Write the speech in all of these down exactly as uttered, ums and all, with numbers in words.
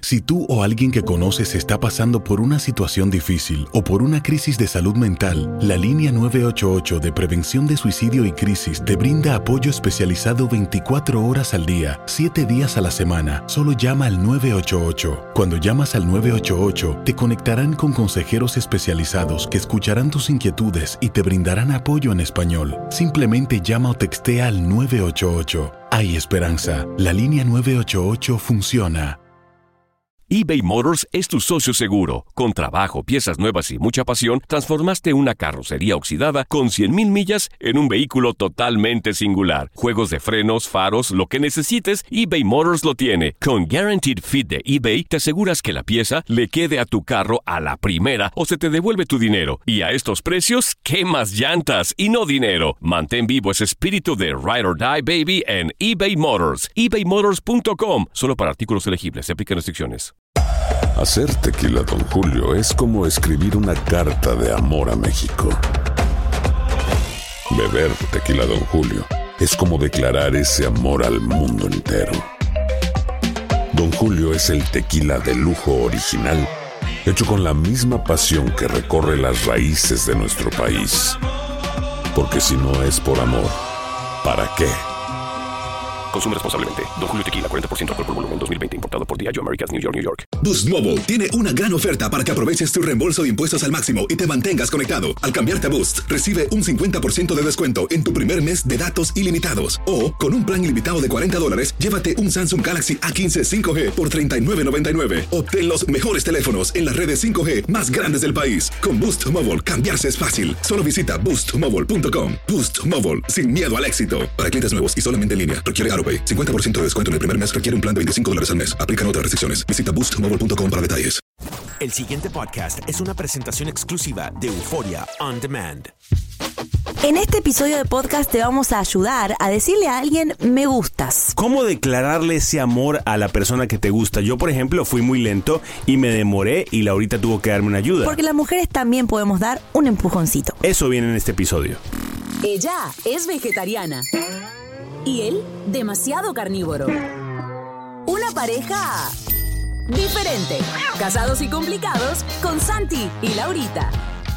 Si tú o alguien que conoces está pasando por una situación difícil o por una crisis de salud mental, la línea nueve ocho ocho de Prevención de Suicidio y Crisis te brinda apoyo especializado veinticuatro horas al día, siete días a la semana. Solo llama al nueve ocho ocho. Cuando llamas al nueve ocho ocho, te conectarán con consejeros especializados que escucharán tus inquietudes y te brindarán apoyo en español. Simplemente llama o textea al nueve ocho ocho. Hay esperanza. La línea nueve ocho ocho funciona. eBay Motors es tu socio seguro. Con trabajo, piezas nuevas y mucha pasión, transformaste una carrocería oxidada con cien mil millas en un vehículo totalmente singular. Juegos de frenos, faros, lo que necesites, eBay Motors lo tiene. Con Guaranteed Fit de eBay, te aseguras que la pieza le quede a tu carro a la primera o se te devuelve tu dinero. Y a estos precios, ¿qué más llantas y no dinero? Mantén vivo ese espíritu de Ride or Die, baby, en eBay Motors. ebay motors punto com. Solo para artículos elegibles. Se aplican restricciones. Hacer tequila Don Julio es como escribir una carta de amor a México. Beber tequila Don Julio es como declarar ese amor al mundo entero. Don Julio es el tequila de lujo original, hecho con la misma pasión que recorre las raíces de nuestro país. Porque si no es por amor, ¿para qué? Consume responsablemente. Don Julio Tequila, cuarenta por ciento alcohol por volumen, dos mil veinte. Importado por Diageo Americas, New York, New York. Boost Mobile tiene una gran oferta para que aproveches tu reembolso de impuestos al máximo y te mantengas conectado. Al cambiarte a Boost, recibe un cincuenta por ciento de descuento en tu primer mes de datos ilimitados. O, con un plan ilimitado de cuarenta dólares, llévate un Samsung Galaxy A quince cinco G por treinta y nueve noventa y nueve. Obtén los mejores teléfonos en las redes cinco G más grandes del país. Con Boost Mobile, cambiarse es fácil. Solo visita boost mobile punto com. Boost Mobile, sin miedo al éxito. Para clientes nuevos y solamente en línea, requiere AutoPay. cincuenta por ciento de descuento en el primer mes requiere un plan de veinticinco dólares al mes. Aplican otras restricciones. Visita boost mobile punto com para detalles. El siguiente podcast es una presentación exclusiva de Euphoria On Demand. En este episodio de podcast te vamos a ayudar a decirle a alguien me gustas. ¿Cómo declararle ese amor a la persona que te gusta? Yo, por ejemplo, fui muy lento y me demoré y Laurita tuvo que darme una ayuda. Porque las mujeres también podemos dar un empujoncito. Eso viene en este episodio. Ella es vegetariana y él demasiado carnívoro. Una pareja diferente. Casados y complicados con Santi y Laurita.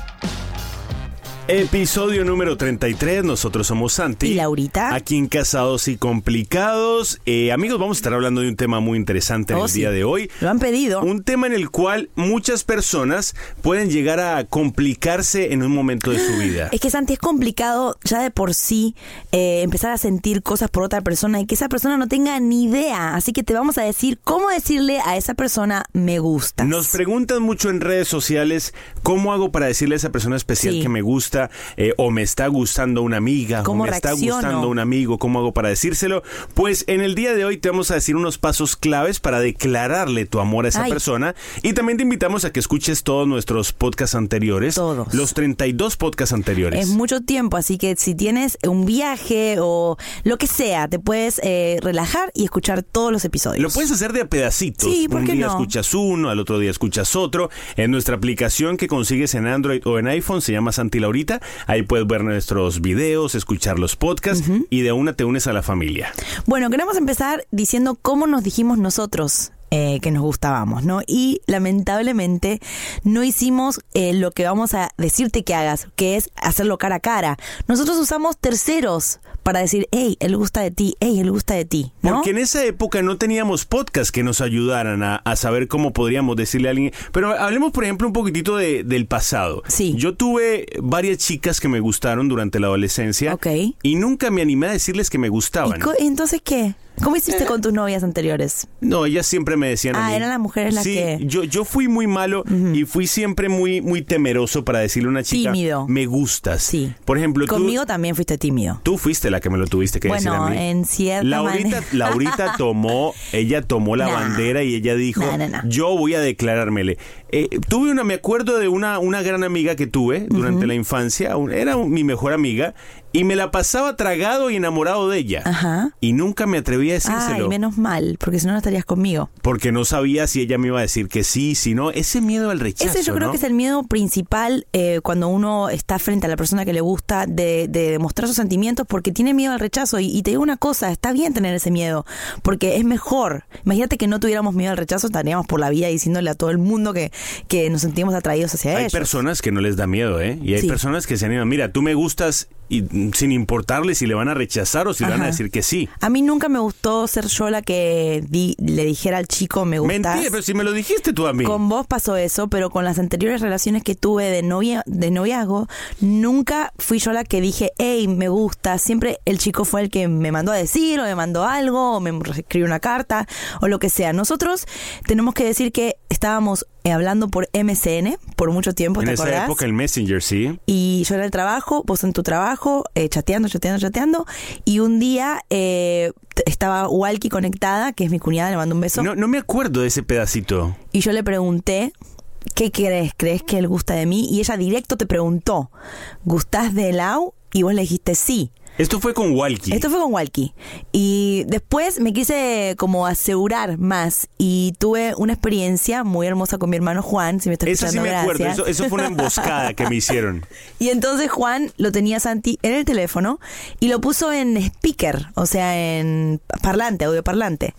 Episodio número treinta y tres, nosotros somos Santi y Laurita, aquí en Casados y Complicados. eh, Amigos, vamos a estar hablando de un tema muy interesante en oh, el sí. día de hoy. Lo han pedido. Un tema en el cual muchas personas pueden llegar a complicarse en un momento de su vida. Es que, Santi, es complicado ya de por sí eh, empezar a sentir cosas por otra persona y que esa persona no tenga ni idea. Así que te vamos a decir cómo decirle a esa persona me gustas. Nos preguntan mucho en redes sociales cómo hago para decirle a esa persona especial sí. que me gusta. Eh, o me está gustando una amiga, o me reacciono? está gustando un amigo, ¿cómo hago para decírselo? Pues en el día de hoy te vamos a decir unos pasos claves para declararle tu amor a esa Ay. persona, y también te invitamos a que escuches todos nuestros podcasts anteriores, todos. los treinta y dos podcasts anteriores. Es mucho tiempo, así que si tienes un viaje o lo que sea, te puedes eh, relajar y escuchar todos los episodios. Lo puedes hacer de a pedacitos. Sí, ¿por qué un día no? escuchas uno, al otro día escuchas otro. En nuestra aplicación que consigues en Android o en iPhone se llama Santi Laurita. Ahí puedes ver nuestros videos, escuchar los podcasts uh-huh. y de una te unes a la familia. Bueno, queremos empezar diciendo cómo nos dijimos nosotros eh, que nos gustábamos, ¿no? Y lamentablemente no hicimos eh, lo que vamos a decirte que hagas, que es hacerlo cara a cara. Nosotros usamos terceros para decir, hey, él gusta de ti, hey, él gusta de ti, ¿no? Porque en esa época no teníamos podcasts que nos ayudaran a, a saber cómo podríamos decirle a alguien. Pero hablemos, por ejemplo, un poquitito de, del pasado. Sí. Yo tuve varias chicas que me gustaron durante la adolescencia. Ok. Y nunca me animé a decirles que me gustaban. ¿Y co- entonces qué? ¿Cómo hiciste eh. con tus novias anteriores? No, ellas siempre me decían ah, a mí. Ah, eran las mujeres las sí, que... Sí, yo, yo fui muy malo uh-huh. y fui siempre muy, muy temeroso para decirle a una chica... Tímido. Me gustas. Sí. Por ejemplo, Conmigo tú, también fuiste tímido. Tú fuiste la que me lo tuviste que bueno, decir a mí. Bueno, en cierta Laurita, manera. Laurita tomó, ella tomó la nah. bandera y ella dijo, nah, nah, nah. yo voy a declarármele. Eh, tuve una, me acuerdo de una, una gran amiga que tuve durante uh-huh. la infancia, un, era un, mi mejor amiga, y me la pasaba tragado y enamorado de ella. Ajá. Y nunca me atreví a decírselo. Ay, menos mal, porque si no, no estarías conmigo. Porque no sabía si ella me iba a decir que sí, si no. Ese miedo al rechazo, Ese yo creo ¿no? que es el miedo principal eh, cuando uno está frente a la persona que le gusta de, de demostrar sus sentimientos, porque tiene miedo al rechazo. Y, y te digo una cosa, está bien tener ese miedo, porque es mejor. Imagínate que no tuviéramos miedo al rechazo, estaríamos por la vida diciéndole a todo el mundo que, que nos sentimos atraídos hacia hay ellos. Hay personas que no les da miedo, ¿eh? Y hay sí. personas que se animan. Mira, tú me gustas... y sin importarle si le van a rechazar o si Ajá. le van a decir que sí. A mí nunca me gustó ser yo la que di, le dijera al chico me gustas. Mentira, pero si me lo dijiste tú a mí. Con vos pasó eso, pero con las anteriores relaciones que tuve de novia, de noviazgo, nunca fui yo la que dije, hey, me gusta. Siempre el chico fue el que me mandó a decir o me mandó algo o me escribió una carta o lo que sea. Nosotros tenemos que decir que estábamos eh, hablando por M S N por mucho tiempo, ¿te en acordás? En esa época el Messenger, sí. Y yo en el trabajo, vos en tu trabajo, eh, chateando, chateando, chateando. Y un día eh, estaba Walkie conectada, que es mi cuñada, le mando un beso. No, no me acuerdo de ese pedacito. Y yo le pregunté, ¿qué crees? ¿Crees que él gusta de mí? Y ella directo te preguntó, ¿gustás de Lau? Y vos le dijiste sí. Esto fue con Walkie. Esto fue con Walkie. Y después me quise como asegurar más y tuve una experiencia muy hermosa con mi hermano Juan, si me estás escuchando, Eso sí me gracias. acuerdo, eso, eso fue una emboscada que me hicieron. Y entonces Juan lo tenía Santi en el teléfono y lo puso en speaker, o sea, en parlante, audio parlante.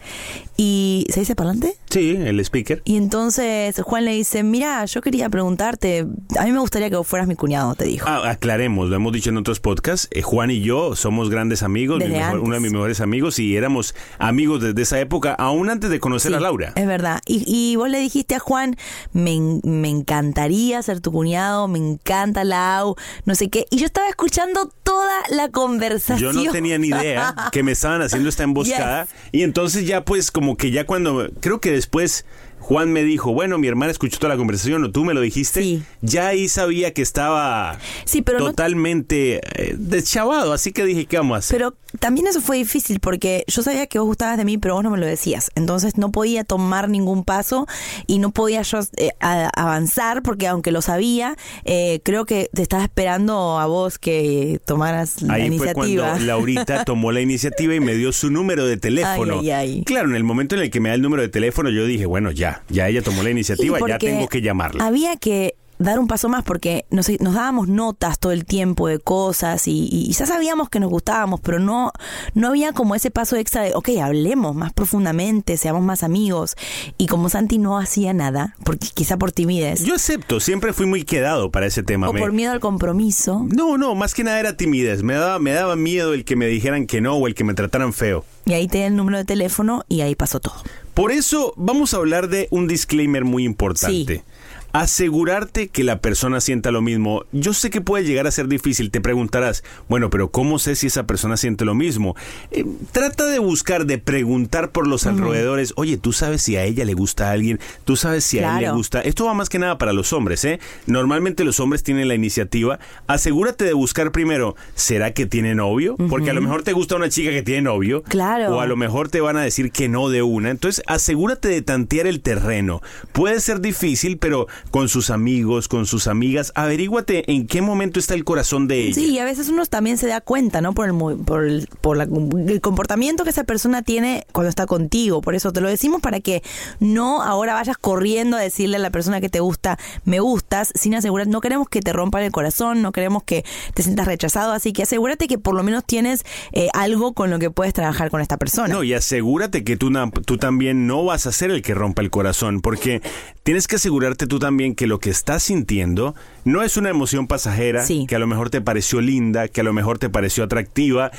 Y ¿se dice parlante? Sí, el speaker. Y entonces Juan le dice, mira, yo quería preguntarte, a mí me gustaría que vos fueras mi cuñado, te dijo. Ah, aclaremos, lo hemos dicho en otros podcasts, eh, Juan y yo somos grandes amigos, mi mejor, uno de mis mejores amigos, y éramos amigos desde esa época, aún antes de conocer sí, a Laura. Es verdad. Y, y vos le dijiste a Juan, me, me encantaría ser tu cuñado, me encanta Lau, no sé qué. Y yo estaba escuchando toda la conversación. Yo no tenía ni idea que me estaban haciendo esta emboscada. Yes. Y entonces ya pues como que ya cuando, creo que después... Juan me dijo, bueno, mi hermana escuchó toda la conversación, o tú me lo dijiste. Sí. Ya ahí sabía que estaba sí, pero totalmente no... eh, deschavado, así que dije, ¿qué vamos a hacer? Pero también eso fue difícil porque yo sabía que vos gustabas de mí, pero vos no me lo decías. Entonces no podía tomar ningún paso y no podía yo eh, a, avanzar porque aunque lo sabía, eh, creo que te estaba esperando a vos que tomaras la ahí iniciativa. Ahí fue cuando Laurita tomó la iniciativa y me dio su número de teléfono. Ay, ay, ay. Claro, en el momento en el que me da el número de teléfono, yo dije, bueno, ya. Ya ella tomó la iniciativa, ya tengo que llamarla. Había que dar un paso más porque nos, nos dábamos notas todo el tiempo de cosas y, y ya sabíamos que nos gustábamos, pero no, no había como ese paso extra de, ok, hablemos más profundamente, seamos más amigos. Y como Santi no hacía nada, porque quizá por timidez. Yo acepto, siempre fui muy quedado para ese tema. O me... por miedo al compromiso. No, no, más que nada era timidez. Me daba, me daba miedo el que me dijeran que no o el que me trataran feo. Y ahí te di el número de teléfono y ahí pasó todo. Por eso vamos a hablar de un disclaimer muy importante. Sí. Asegurarte que la persona sienta lo mismo. Yo sé que puede llegar a ser difícil. Te preguntarás, bueno, pero ¿cómo sé si esa persona siente lo mismo? Eh, trata de buscar, de preguntar por los uh-huh. alrededores. Oye, ¿tú sabes si a ella le gusta a alguien? ¿Tú sabes si claro. a él le gusta? Esto va más que nada para los hombres, ¿eh? Normalmente los hombres tienen la iniciativa. Asegúrate de buscar primero, ¿será que tiene novio? Uh-huh. Porque a lo mejor te gusta una chica que tiene novio. Claro. O a lo mejor te van a decir que no de una. Entonces, asegúrate de tantear el terreno. Puede ser difícil, pero con sus amigos, con sus amigas, averíguate en qué momento está el corazón de ella. Sí, y a veces uno también se da cuenta, ¿no? Por el por el, por la, el comportamiento que esa persona tiene cuando está contigo. Por eso te lo decimos para que no ahora vayas corriendo a decirle a la persona que te gusta, me gustas, sin asegurar. No queremos que te rompan el corazón, no queremos que te sientas rechazado, así que asegúrate que por lo menos tienes eh, algo con lo que puedes trabajar con esta persona. No, y asegúrate que tú, tú también no vas a ser el que rompa el corazón, porque tienes que asegurarte tú también que lo que estás sintiendo no es una emoción pasajera, sí. que a lo mejor te pareció linda, que a lo mejor te pareció atractiva,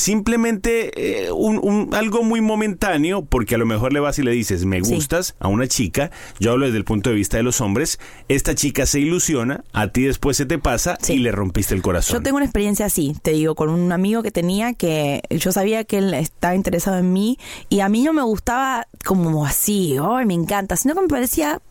simplemente eh, un, un, algo muy momentáneo, porque a lo mejor le vas y le dices, me gustas, sí. a una chica, yo hablo desde el punto de vista de los hombres, esta chica se ilusiona, a ti después se te pasa sí. y le rompiste el corazón. Yo tengo una experiencia así, te digo, con un amigo que tenía que yo sabía que él estaba interesado en mí y a mí no me gustaba como así, oh, me encanta, sino que me parecía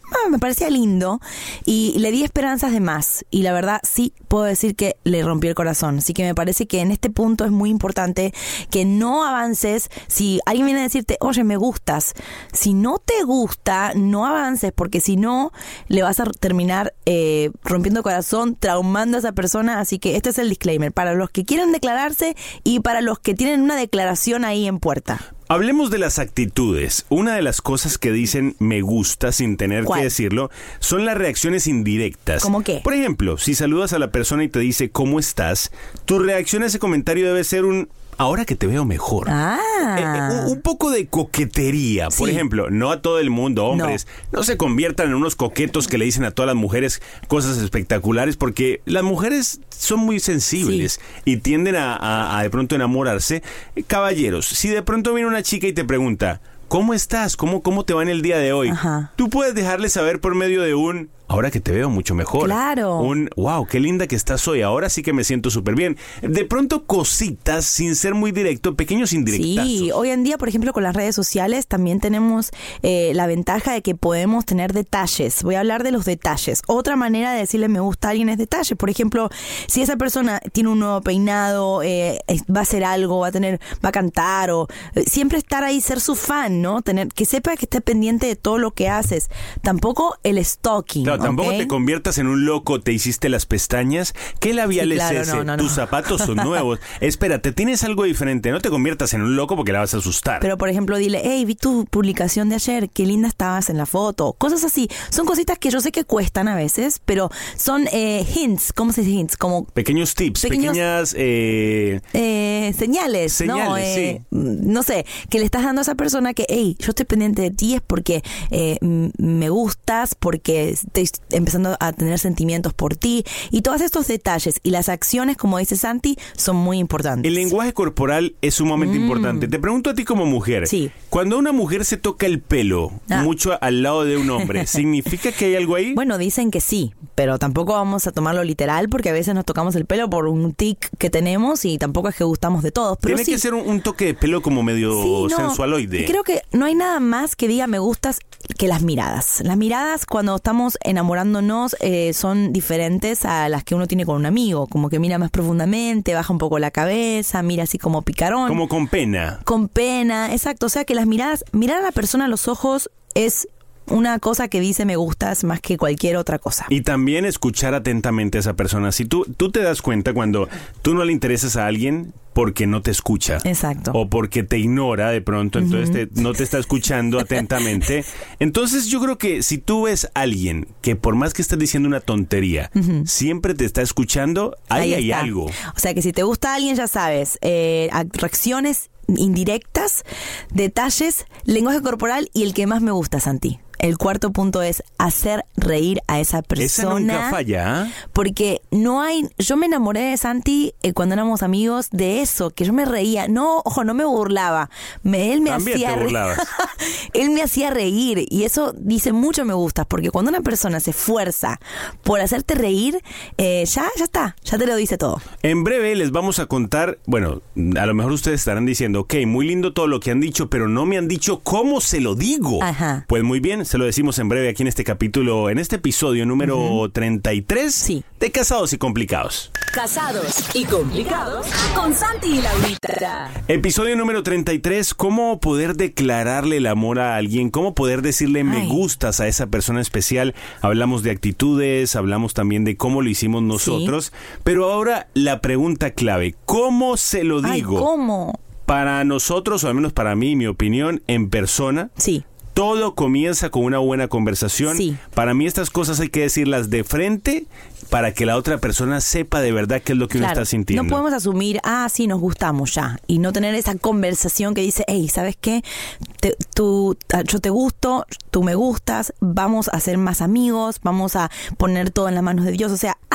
ah, me parecía lindo y le di esperanzas de más. Y la verdad sí puedo decir que le rompí el corazón. Así que me parece que en este punto es muy importante que no avances. Si alguien viene a decirte, oye, me gustas, si no te gusta, no avances, porque si no, le vas a terminar eh, rompiendo el corazón, traumando a esa persona. Así que este es el disclaimer para los que quieren declararse y para los que tienen una declaración ahí en puerta. Hablemos de las actitudes. Una de las cosas que dicen me gusta sin tener ¿Cuál? que decirlo son las reacciones indirectas. ¿Cómo qué? Por ejemplo, si saludas a la persona y te dice ¿cómo estás?, tu reacción a ese comentario debe ser un ahora que te veo mejor. Ah. Eh, eh, un poco de coquetería. Por Sí. ejemplo, no a todo el mundo, hombres, no. no se conviertan en unos coquetos que le dicen a todas las mujeres cosas espectaculares, porque las mujeres son muy sensibles sí. y tienden a, a, a de pronto enamorarse. Caballeros, si de pronto viene una chica y te pregunta ¿cómo estás? ¿Cómo, cómo te va en el día de hoy? Ajá. Tú puedes dejarle saber por medio de un ahora que te veo mucho mejor. Claro. Un wow, qué linda que estás hoy. Ahora sí que me siento súper bien. De pronto cositas, sin ser muy directo, pequeños indirectazos. Sí, hoy en día, por ejemplo, con las redes sociales también tenemos eh, la ventaja de que podemos tener detalles. Voy a hablar de los detalles. Otra manera de decirle me gusta a alguien es detalles. Por ejemplo, si esa persona tiene un nuevo peinado, eh, va a hacer algo, va a tener, va a cantar o eh, siempre estar ahí, ser su fan, ¿no? Tener que sepa que esté pendiente de todo lo que haces. Tampoco el stalking. Claro, tampoco ¿okay? te conviertas en un loco, te hiciste las pestañas. ¿Qué labial Sí, claro, es ese? no, no, no. Tus zapatos son nuevos. Espérate, tienes algo diferente. No te conviertas en un loco porque la vas a asustar. Pero, por ejemplo, dile, hey, vi tu publicación de ayer, qué linda estabas en la foto. Cosas así. Son cositas que yo sé que cuestan a veces, pero son eh, hints. ¿Cómo se dice hints? Como pequeños tips, pequeños, pequeñas eh... Eh, señales. Señales, ¿no? Eh, sí. No sé, que le estás dando a esa persona que, hey, yo estoy pendiente de ti, es porque eh, me gustas, porque estoy empezando a tener sentimientos por ti. Y todos estos detalles y las acciones, como dice Santi, son muy importantes. El lenguaje corporal es sumamente mm. importante. Te pregunto a ti como mujer. Sí. Cuando una mujer se toca el pelo ah. mucho al lado de un hombre, ¿significa que hay algo ahí? Bueno, dicen que sí, pero tampoco vamos a tomarlo literal porque a veces nos tocamos el pelo por un tic que tenemos y tampoco es que gustamos de todos. Pero Tiene sí. que ser un, un toque de pelo como medio sí, no, sensualoide. Creo que no hay nada más que diga me gustas que las miradas. Las miradas cuando estamos enamorándonos eh, son diferentes a las que uno tiene con un amigo. Como que mira más profundamente, baja un poco la cabeza, mira así como picarón. Como con pena. Con pena, exacto. O sea que las miradas, mirar a la persona a los ojos es una cosa que dice me gustas más que cualquier otra cosa. Y también escuchar atentamente a esa persona. Si tú, tú te das cuenta cuando tú no le interesas a alguien porque no te escucha. Exacto. O porque te ignora de pronto, entonces uh-huh. te, no te está escuchando atentamente. Entonces yo creo que si tú ves a alguien que por más que estés diciendo una tontería, uh-huh. siempre te está escuchando, ahí, ahí hay algo. O sea que si te gusta a alguien, ya sabes, eh, reacciones indirectas, detalles, lenguaje corporal y el que más me gusta, Santi. El cuarto punto es hacer reír a esa persona. Esa nunca falla, ¿eh? Porque no hay... Yo me enamoré de Santi eh, cuando éramos amigos de eso, que yo me reía. No, ojo, no me burlaba. Me, él me También hacía te burlabas. Él me hacía reír y eso dice mucho me gustas, porque cuando una persona se esfuerza por hacerte reír, eh, ya, ya está, ya te lo dice todo. En breve les vamos a contar, bueno, a lo mejor ustedes estarán diciendo, ok, muy lindo todo lo que han dicho, pero no me han dicho cómo se lo digo. Ajá. Pues muy bien, se lo decimos en breve aquí en este capítulo, en este episodio número uh-huh. treinta y tres sí. de Casados y Complicados. Casados y Complicados con Santi y Laurita. Episodio número treinta y tres, cómo poder declararle el amor a alguien, cómo poder decirle me Ay. gustas a esa persona especial. Hablamos de actitudes, hablamos también de cómo lo hicimos nosotros, sí. pero ahora la pregunta clave, ¿cómo se lo digo? Ay, ¿cómo? Para nosotros, o al menos para mí, mi opinión, en persona. Sí. Todo comienza con una buena conversación. Sí. Para mí estas cosas hay que decirlas de frente para que la otra persona sepa de verdad qué es lo que claro, uno está sintiendo. No podemos asumir, ah, sí, nos gustamos ya. Y no tener esa conversación que dice, hey, ¿sabes qué? Te, tú, yo te gusto, tú me gustas, vamos a ser más amigos, vamos a poner todo en las manos de Dios. O sea,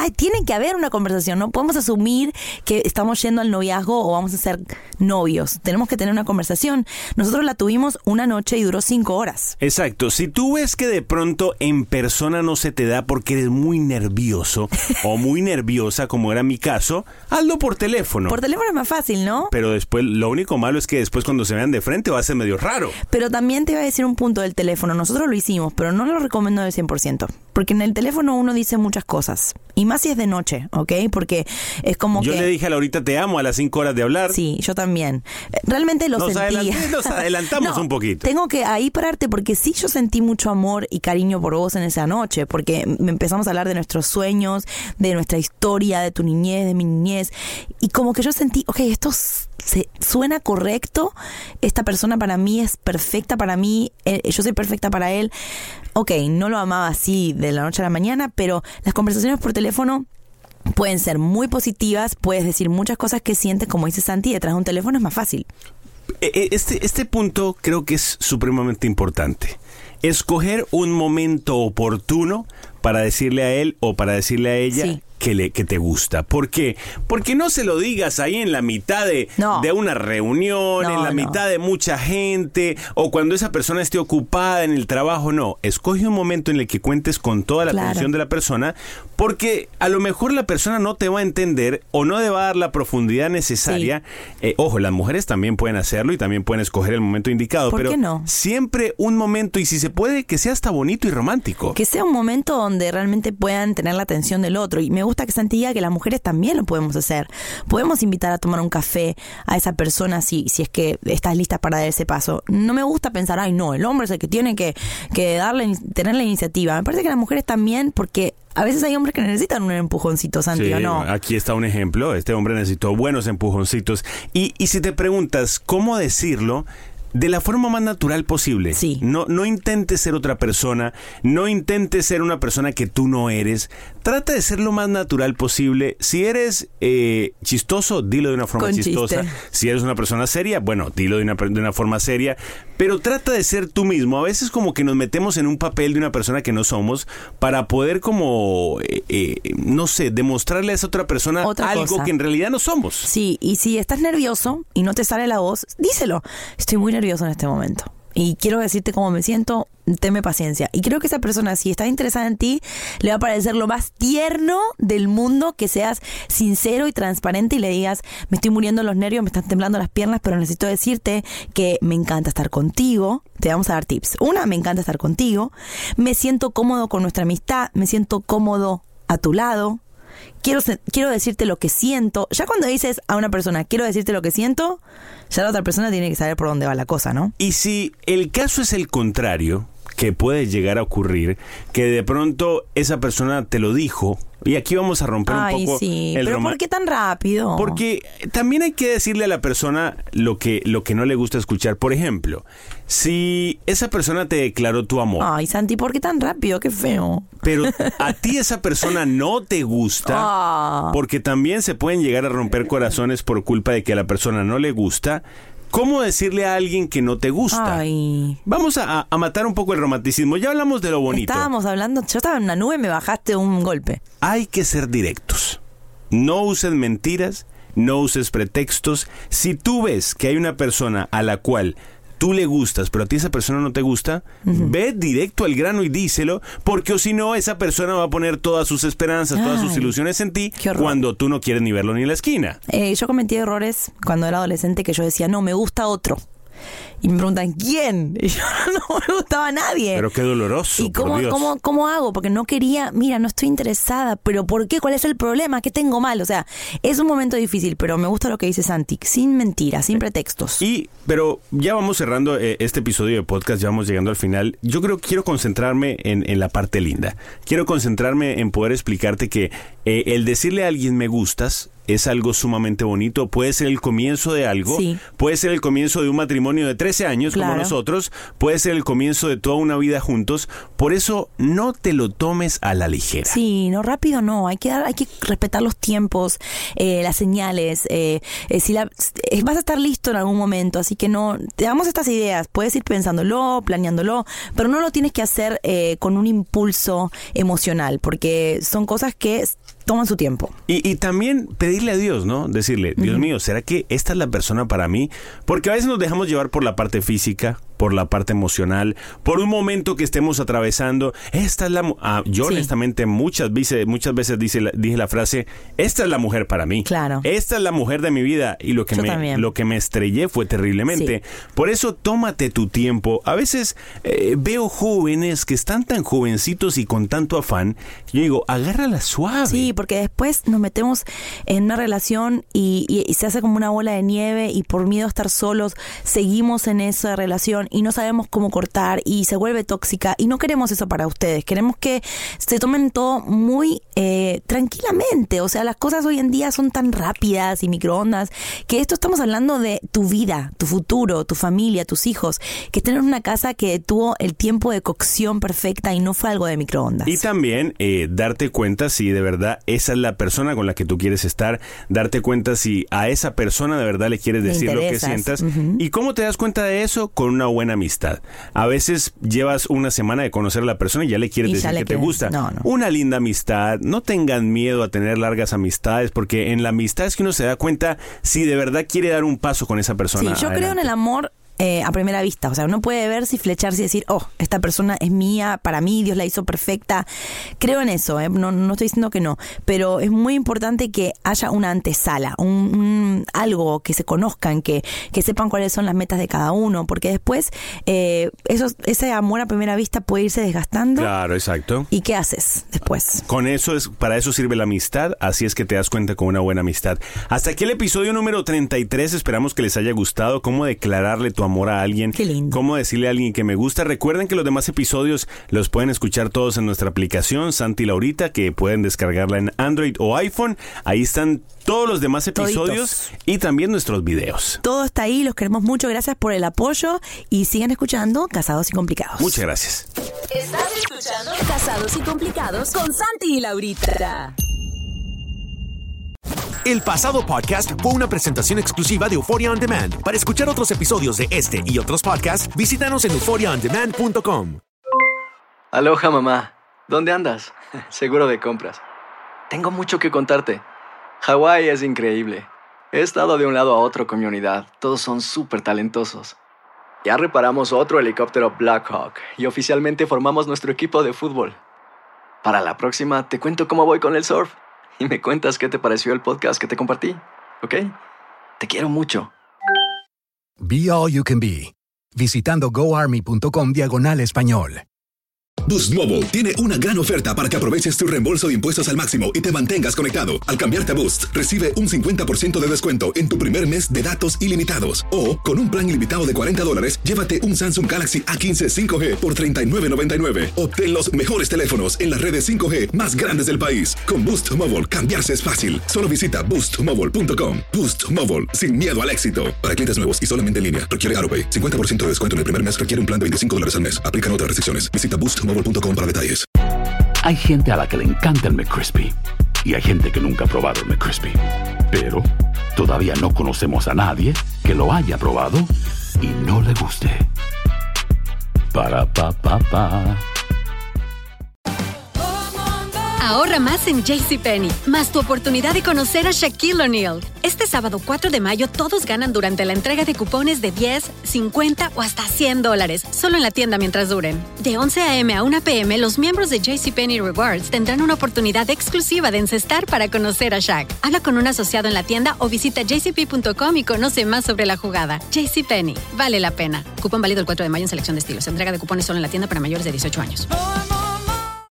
Ay, tiene que haber una conversación. No podemos asumir que estamos yendo al noviazgo o vamos a ser novios. Tenemos que tener una conversación. Nosotros la tuvimos una noche y duró cinco horas. Exacto. Si tú ves que de pronto en persona no se te da porque eres muy nervioso o muy nerviosa, como era mi caso, hazlo por teléfono. Por teléfono es más fácil, ¿no? Pero después, lo único malo es que después cuando se vean de frente va a ser medio raro. Pero también te iba a decir un punto del teléfono. Nosotros lo hicimos, pero no lo recomiendo del cien por ciento. Porque en el teléfono uno dice muchas cosas. Y más si es de noche, ¿ok? Porque es como yo que... Yo le dije a Laurita, te amo a las cinco horas de hablar. Sí, yo también. Realmente lo nos sentí. Adelant- nos adelantamos no, un poquito. Tengo que ahí pararte porque sí yo sentí mucho amor y cariño por vos en esa noche. Porque empezamos a hablar de nuestros sueños, de nuestra historia, de tu niñez, de mi niñez. Y como que yo sentí, ok, esto se, suena correcto. Esta persona para mí es perfecta para mí. Eh, yo soy perfecta para él. Ok, no lo amaba así de la noche a la mañana, pero las conversaciones por teléfono pueden ser muy positivas, puedes decir muchas cosas que sientes, como dice Santi, detrás de un teléfono es más fácil. Este, este punto creo que es supremamente importante. Escoger un momento oportuno para decirle a él o para decirle a ella sí. que, le, que te gusta. ¿Por qué? Porque no se lo digas ahí en la mitad de, no. de una reunión, no, en la no. mitad de mucha gente, o cuando esa persona esté ocupada en el trabajo. No, escoge un momento en el que cuentes con toda la claro. atención de la persona, porque a lo mejor la persona no te va a entender o no te va a dar la profundidad necesaria. Sí. Eh, ojo, las mujeres también pueden hacerlo y también pueden escoger el momento indicado, ¿por pero qué no? Siempre un momento, y si se puede, que sea hasta bonito y romántico. Que sea un momento donde realmente puedan tener la atención del otro. Y me gusta que Santi diga que las mujeres también lo podemos hacer. Podemos invitar a tomar un café a esa persona si, si es que estás lista para dar ese paso. No me gusta pensar, ay no, el hombre es el que tiene que, que darle, tener la iniciativa. Me parece que las mujeres también, porque a veces hay hombres que necesitan un empujoncito, Santi, sí, ¿o no? Aquí está un ejemplo. Este hombre necesitó buenos empujoncitos. Y, y si te preguntas cómo decirlo, de la forma más natural posible. Sí. No, no intentes ser otra persona, no intentes ser una persona que tú no eres. Trata de ser lo más natural posible. Si eres eh, chistoso, dilo de una forma Con chistosa. Chiste. Si eres una persona seria, bueno, dilo de una, de una forma seria. Pero trata de ser tú mismo. A veces como que nos metemos en un papel de una persona que no somos para poder como, eh, eh, no sé, demostrarle a esa otra persona otra algo cosa. que en realidad no somos. Sí, y si estás nervioso y no te sale la voz, díselo. Estoy muy nervioso en este momento y quiero decirte cómo me siento, tenme paciencia. Y creo que esa persona, si está interesada en ti, le va a parecer lo más tierno del mundo que seas sincero y transparente y le digas, me estoy muriendo los nervios, me están temblando las piernas, pero necesito decirte que me encanta estar contigo. Te vamos a dar tips. Una, me encanta estar contigo. Me siento cómodo con nuestra amistad, me siento cómodo a tu lado. Quiero, quiero decirte lo que siento. Ya cuando dices a una persona, quiero decirte lo que siento, ya la otra persona tiene que saber por dónde va la cosa, ¿no? Y si el caso es el contrario, que puede llegar a ocurrir, que de pronto esa persona te lo dijo, y aquí vamos a romper Ay, un poco sí, el pero rom- ¿por qué tan rápido? Porque también hay que decirle a la persona lo que, lo que no le gusta escuchar. Por ejemplo, si esa persona te declaró tu amor. Ay, Santi, ¿por qué tan rápido? Qué feo. Pero a ti esa persona no te gusta, Ah. porque también se pueden llegar a romper corazones por culpa de que a la persona no le gusta. ¿Cómo decirle a alguien que no te gusta? Ay. Vamos a, a matar un poco el romanticismo. Ya hablamos de lo bonito. Estábamos hablando, yo estaba en una nube y me bajaste un golpe. Hay que ser directos. No uses mentiras, no uses pretextos. Si tú ves que hay una persona a la cual tú le gustas, pero a ti esa persona no te gusta, uh-huh. ve directo al grano y díselo, porque o si no, esa persona va a poner todas sus esperanzas, Ay, todas sus ilusiones en ti, cuando tú no quieres ni verlo ni en la esquina. Eh, yo cometí errores cuando era adolescente que yo decía, no, me gusta otro. Y me preguntan, ¿quién? Y yo no me gustaba a nadie. Pero qué doloroso, ¿Y cómo, por Dios. cómo, cómo hago? Porque no quería, mira, no estoy interesada, pero ¿por qué? ¿Cuál es el problema? ¿Qué tengo mal? O sea, es un momento difícil, pero me gusta lo que dice Santi, sin mentiras, sin pretextos. Y, pero ya vamos cerrando eh, este episodio de podcast, ya vamos llegando al final. Yo creo que quiero concentrarme en, en la parte linda. Quiero concentrarme en poder explicarte que eh, el decirle a alguien me gustas es algo sumamente bonito, puede ser el comienzo de algo, sí. puede ser el comienzo de un matrimonio de trece años, claro, como nosotros, puede ser el comienzo de toda una vida juntos, por eso no te lo tomes a la ligera. Sí, no, rápido no, hay que dar, hay que respetar los tiempos, eh, las señales, eh, eh, si la, eh, vas a estar listo en algún momento, así que no, te damos estas ideas, puedes ir pensándolo, planeándolo, pero no lo tienes que hacer eh, con un impulso emocional, porque son cosas que toman su tiempo. Y, y también pedirle a Dios, ¿no? Decirle, Dios uh-huh. mío, ¿será que esta es la persona para mí? Porque a veces nos dejamos llevar por la parte física, por la parte emocional, por un momento que estemos atravesando. Esta es la... Ah, yo sí. honestamente muchas veces, muchas veces dice, dije la frase, esta es la mujer para mí. Claro. Esta es la mujer de mi vida. Y lo que, me, lo que me estrellé fue terriblemente. Sí. Por eso tómate tu tiempo. A veces eh, veo jóvenes que están tan jovencitos y con tanto afán. Yo digo, agárrala suave. Sí, porque después nos metemos en una relación y, y, y se hace como una bola de nieve y por miedo a estar solos seguimos en esa relación y no sabemos cómo cortar y se vuelve tóxica y no queremos eso para ustedes. Queremos que se tomen todo muy eh, tranquilamente. O sea, las cosas hoy en día son tan rápidas y microondas que esto estamos hablando de tu vida, tu futuro, tu familia, tus hijos, que estén en una casa que tuvo el tiempo de cocción perfecta y no fue algo de microondas. Y también eh, darte cuenta si de verdad esa es la persona con la que tú quieres estar, darte cuenta si a esa persona de verdad le quieres decir lo que sientas. Uh-huh. ¿Y cómo te das cuenta de eso? Con una buena amistad. A veces llevas una semana de conocer a la persona y ya le quieres y decir que te gusta. No, no. Una linda amistad. No tengan miedo a tener largas amistades, porque en la amistad es que uno se da cuenta si de verdad quiere dar un paso con esa persona. Sí, yo adelante. creo en el amor Eh, a primera vista. O sea, uno puede verse y flecharse y decir, oh, esta persona es mía, para mí, Dios la hizo perfecta. Creo en eso, ¿eh? no, no estoy diciendo que no, pero es muy importante que haya una antesala, un, un algo que se conozcan, que, que sepan cuáles son las metas de cada uno, porque después eh, eso, ese amor a primera vista puede irse desgastando. Claro, exacto. ¿Y qué haces después? Con eso es, para eso sirve la amistad, así es que te das cuenta con una buena amistad. Hasta aquí el episodio número treinta y tres, esperamos que les haya gustado, cómo declararle tu amor a alguien, Qué lindo. cómo decirle a alguien que me gusta. Recuerden que los demás episodios los pueden escuchar todos en nuestra aplicación Santi y Laurita, que pueden descargarla en Android o iPhone. Ahí están todos los demás episodios. Toditos. Y también nuestros videos. Todo está ahí, los queremos mucho, gracias por el apoyo y sigan escuchando Casados y Complicados. Muchas gracias. Estás escuchando Casados y Complicados con Santi y Laurita. El pasado podcast fue una presentación exclusiva de Euphoria On Demand. Para escuchar otros episodios de este y otros podcasts, visítanos en euphoria on demand punto com. Aloha, mamá. ¿Dónde andas? Seguro de compras. Tengo mucho que contarte. Hawái es increíble. He estado de un lado a otro con mi unidad. Todos son súper talentosos. Ya reparamos otro helicóptero Blackhawk y oficialmente formamos nuestro equipo de fútbol. Para la próxima te cuento cómo voy con el surf. Y me cuentas qué te pareció el podcast que te compartí, ¿ok? Te quiero mucho. Be All You Can Be. Visitando goarmy.com diagonal español. Boost Mobile tiene una gran oferta para que aproveches tu reembolso de impuestos al máximo y te mantengas conectado. Al cambiarte a Boost, recibe un cincuenta por ciento de descuento en tu primer mes de datos ilimitados. O, con un plan ilimitado de cuarenta dólares, llévate un Samsung Galaxy A quince cinco G por treinta y nueve noventa y nueve. Obtén los mejores teléfonos en las redes cinco G más grandes del país. Con Boost Mobile, cambiarse es fácil. Solo visita boost mobile punto com. Boost Mobile, sin miedo al éxito. Para clientes nuevos y solamente en línea, requiere AutoPay. cincuenta por ciento de descuento en el primer mes requiere un plan de veinticinco dólares al mes. Aplican otras restricciones. Visita boost mobile punto com para detalles. Hay gente a la que le encanta el McCrispy y hay gente que nunca ha probado el McCrispy. Pero todavía no conocemos a nadie que lo haya probado y no le guste. Para pa pa pa. Ahorra más en JCPenney, más tu oportunidad de conocer a Shaquille O'Neal. Este sábado cuatro de mayo todos ganan durante la entrega de cupones de diez, cincuenta o hasta cien dólares, solo en la tienda mientras duren. De once a eme a una pe eme, los miembros de JCPenney Rewards tendrán una oportunidad exclusiva de encestar para conocer a Shaq. Habla con un asociado en la tienda o visita j c p punto com y conoce más sobre la jugada. JCPenney, vale la pena. Cupón válido el cuatro de mayo en selección de estilos. Entrega de cupones solo en la tienda para mayores de dieciocho años.